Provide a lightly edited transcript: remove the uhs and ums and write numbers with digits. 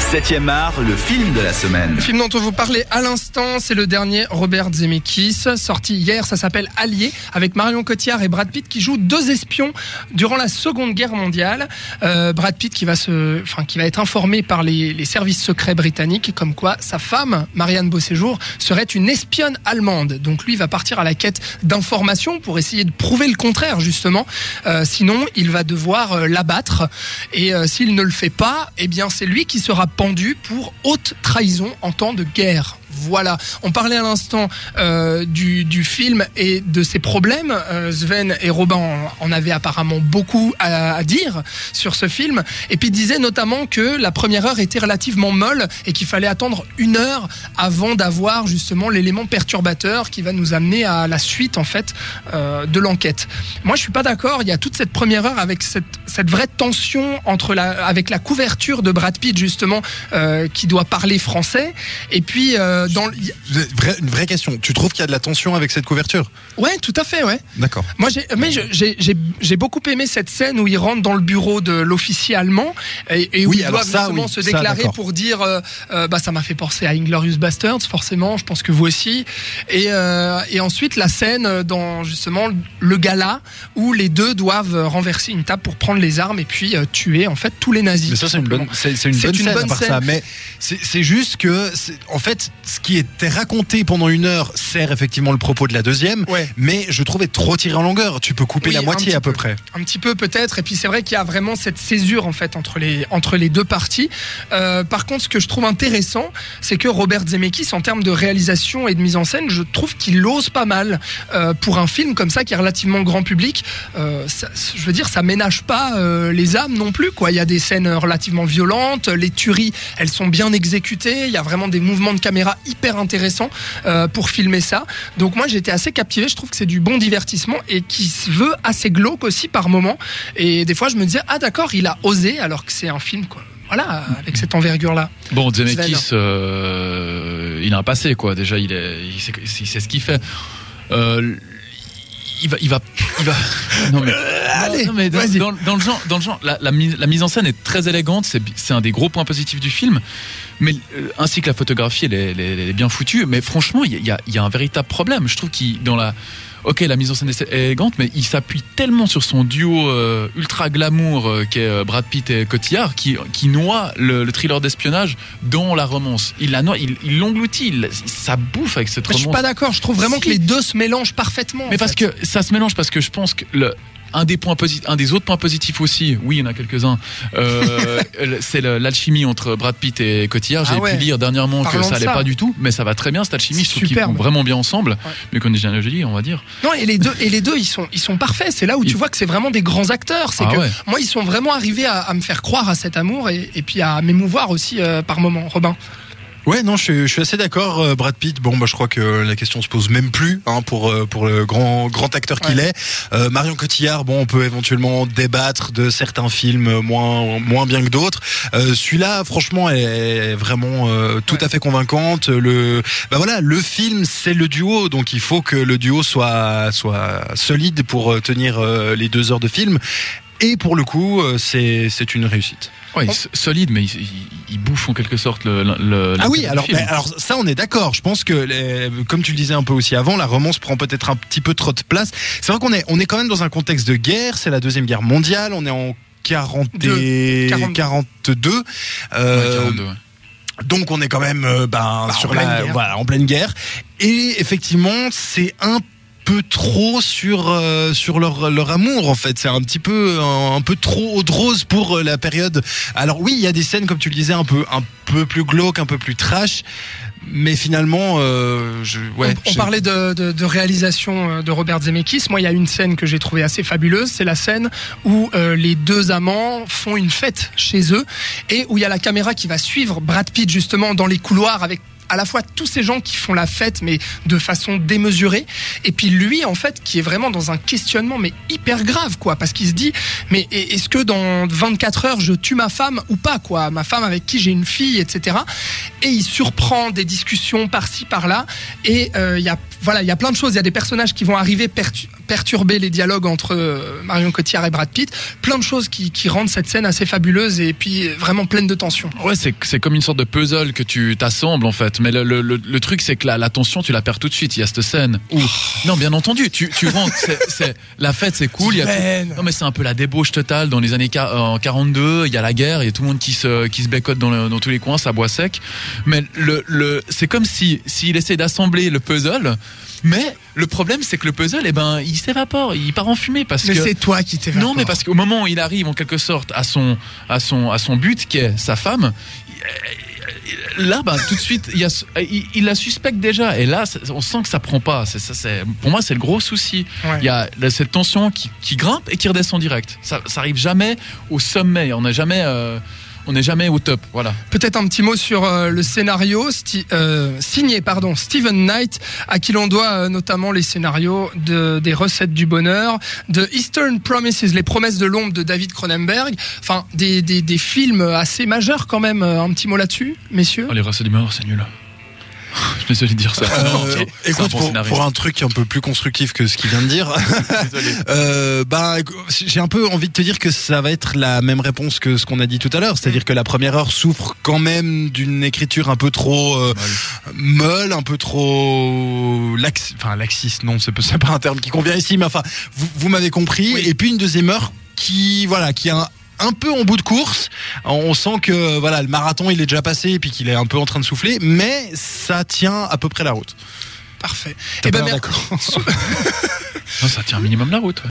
7e art, le film de la semaine. Le film dont on vous parlait à l'instant, c'est le dernier Robert Zemeckis, sorti hier, ça s'appelle Alliés, avec Marion Cotillard et Brad Pitt qui jouent deux espions durant la Seconde Guerre mondiale. Brad Pitt qui va être informé par les services secrets britanniques comme quoi sa femme, Marianne Beauséjour, serait une espionne allemande. Donc lui va partir à la quête d'informations pour essayer de prouver le contraire justement. Sinon, il va devoir l'abattre et s'il ne le fait pas, eh bien c'est lui qui sera pendu pour haute trahison en temps de guerre. Voilà, on parlait à l'instant du film et de ses problèmes. Sven et Robin en avaient apparemment beaucoup à dire sur ce film. Et puis disait notamment que la première heure était relativement molle et qu'il fallait attendre 1 heure avant d'avoir justement l'élément perturbateur qui va nous amener à la suite en fait de l'enquête. Moi, je suis pas d'accord. Il y a toute cette première heure avec cette vraie tension avec la couverture de Brad Pitt justement qui doit parler français et puis une vraie question. Tu trouves qu'il y a de la tension avec cette couverture ? Ouais, tout à fait, ouais. D'accord. Moi, j'ai beaucoup aimé cette scène où il rentre dans le bureau de l'officier allemand et où il doit justement se déclarer pour dire ça m'a fait penser à Inglourious Basterds, forcément. Je pense que vous aussi. Et ensuite la scène dans justement le gala où les deux doivent renverser une table pour prendre les armes et puis tuer en fait tous les nazis. Mais ça c'est une bonne scène à part ça. Mais c'est juste que en fait ce qui était raconté pendant 1 heure sert effectivement le propos de la deuxième, mais je trouvais trop tiré en longueur. Tu peux couper la moitié à peu près. Un petit peu peut-être. Et puis c'est vrai qu'il y a vraiment cette césure en fait entre les deux parties. Par contre, ce que je trouve intéressant, c'est que Robert Zemeckis, en termes de réalisation et de mise en scène, je trouve qu'il ose pas mal pour un film comme ça qui est relativement grand public. Je veux dire, ça ménage pas les âmes non plus, quoi. Il y a des scènes relativement violentes, les tueries, elles sont bien exécutées. Il y a vraiment des mouvements de caméra hyper intéressants pour filmer ça. Donc moi, j'étais assez captivé. Je trouve que c'est du bon divertissement et qui se veut assez glauque aussi par moments. Et des fois, je me disais, ah d'accord, il a osé alors que c'est un film, quoi. Voilà, avec cette envergure-là. Bon, Zemeckis, il a un passé, quoi. Déjà, il sait ce qu'il fait. Il va. Non mais dans le genre, la mise en scène est très élégante. C'est un des gros points positifs du film. Mais ainsi que la photographie, elle est bien foutue. Mais franchement, il y a un véritable problème. Je trouve la mise en scène est élégante, mais il s'appuie tellement sur son duo ultra glamour qu'est Brad Pitt et Cotillard qui noie le thriller d'espionnage dans la romance. Il la noie, il l'engloutit, ça bouffe avec cette romance. Je suis pas d'accord, je trouve vraiment que les deux se mélangent parfaitement. Mais parce que ça se mélange, parce que je pense que un des autres points positifs aussi, oui, il y en a quelques-uns, c'est l'alchimie entre Brad Pitt et Cotillard. J'ai pu lire dernièrement que ça allait pas du tout, mais ça va très bien cette alchimie. Je trouve qu'ils vont vraiment bien ensemble, mais qu'on est jamais joli, on va dire. Non, et les deux, ils sont parfaits. C'est là où tu vois que c'est vraiment des grands acteurs. Moi, ils sont vraiment arrivés à me faire croire à cet amour et puis à m'émouvoir aussi par moments. Robin. Ouais, non, je suis assez d'accord. Brad Pitt, je crois que la question se pose même plus pour le grand acteur qu'il est. Marion Cotillard, on peut éventuellement débattre de certains films moins bien que d'autres. Celui-là, franchement, est vraiment tout à fait convaincante. Le film, c'est le duo, donc il faut que le duo soit solide pour tenir les 2 heures de film. Et pour le coup, c'est une réussite. Ouais, solide, mais il bouffe en quelque sorte le ah oui, alors ça, on est d'accord. Je pense que, comme tu le disais un peu aussi avant, la romance prend peut-être un petit peu trop de place. C'est vrai qu'on est quand même dans un contexte de guerre. C'est la Deuxième Guerre mondiale. On est en 42. 42, Donc on est quand même en pleine guerre. Et effectivement, c'est un peu trop sur leur amour en fait. C'est un peu trop eau de rose pour la période. Alors oui, il y a des scènes comme tu le disais un peu plus glauques, un peu plus trash. Mais finalement, on parlait de réalisation de Robert Zemeckis. Moi, il y a une scène que j'ai trouvée assez fabuleuse. C'est la scène où les deux amants font une fête chez eux et où il y a la caméra qui va suivre Brad Pitt justement dans les couloirs avec à la fois tous ces gens qui font la fête mais de façon démesurée et puis lui en fait qui est vraiment dans un questionnement mais hyper grave quoi, parce qu'il se dit mais est-ce que dans 24 heures je tue ma femme ou pas quoi, ma femme avec qui j'ai une fille, etc. Et il surprend des discussions par-ci par-là et il y a voilà, il y a plein de choses. Il y a des personnages qui vont arriver perturber les dialogues entre Marion Cotillard et Brad Pitt. Plein de choses qui rendent cette scène assez fabuleuse et puis vraiment pleine de tension. Ouais, c'est comme une sorte de puzzle que tu t'assembles en fait. Mais le truc, c'est que la tension, tu la perds tout de suite. Il y a cette scène où, non, bien entendu, tu rentres. La fête, c'est cool. Non, mais c'est un peu la débauche totale dans les années 42. Il y a la guerre, il y a tout le monde qui se bécote dans tous les coins, ça boit sec. Mais c'est comme s'il essaie d'assembler le puzzle. Mais le problème, c'est que le puzzle, il s'évapore, il part en fumée parce que. Mais c'est toi qui t'évapore. Non, mais parce qu'au moment où il arrive en quelque sorte à son but, qui est sa femme, là, tout de suite, il la suspecte déjà. Et là, on sent que ça prend pas. Pour moi, c'est le gros souci. Ouais. Il y a cette tension qui grimpe et qui redescend direct. Ça arrive jamais au sommet. On n'est jamais au top, voilà. Peut-être un petit mot sur le scénario signé Steven Knight, à qui l'on doit notamment les scénarios des Recettes du bonheur, de Eastern Promises, les promesses de l'ombre de David Cronenberg. Enfin, des films assez majeurs quand même. Un petit mot là-dessus, messieurs. Les Recettes du bonheur, c'est nul. Je suis désolé de dire ça. Écoute, pour un truc un peu plus constructif que ce qu'il vient de dire, j'ai un peu envie de te dire que ça va être la même réponse que ce qu'on a dit tout à l'heure, c'est-à-dire que la première heure souffre quand même d'une écriture un peu trop molle, un peu trop laxiste. Non, c'est pas un terme qui convient ici, mais enfin, vous m'avez compris. Oui. Et puis une deuxième heure qui a un peu en bout de course, on sent que le marathon il est déjà passé et puis qu'il est un peu en train de souffler, mais ça tient à peu près la route. Parfait. D'accord. Non, ça tient minimum la route.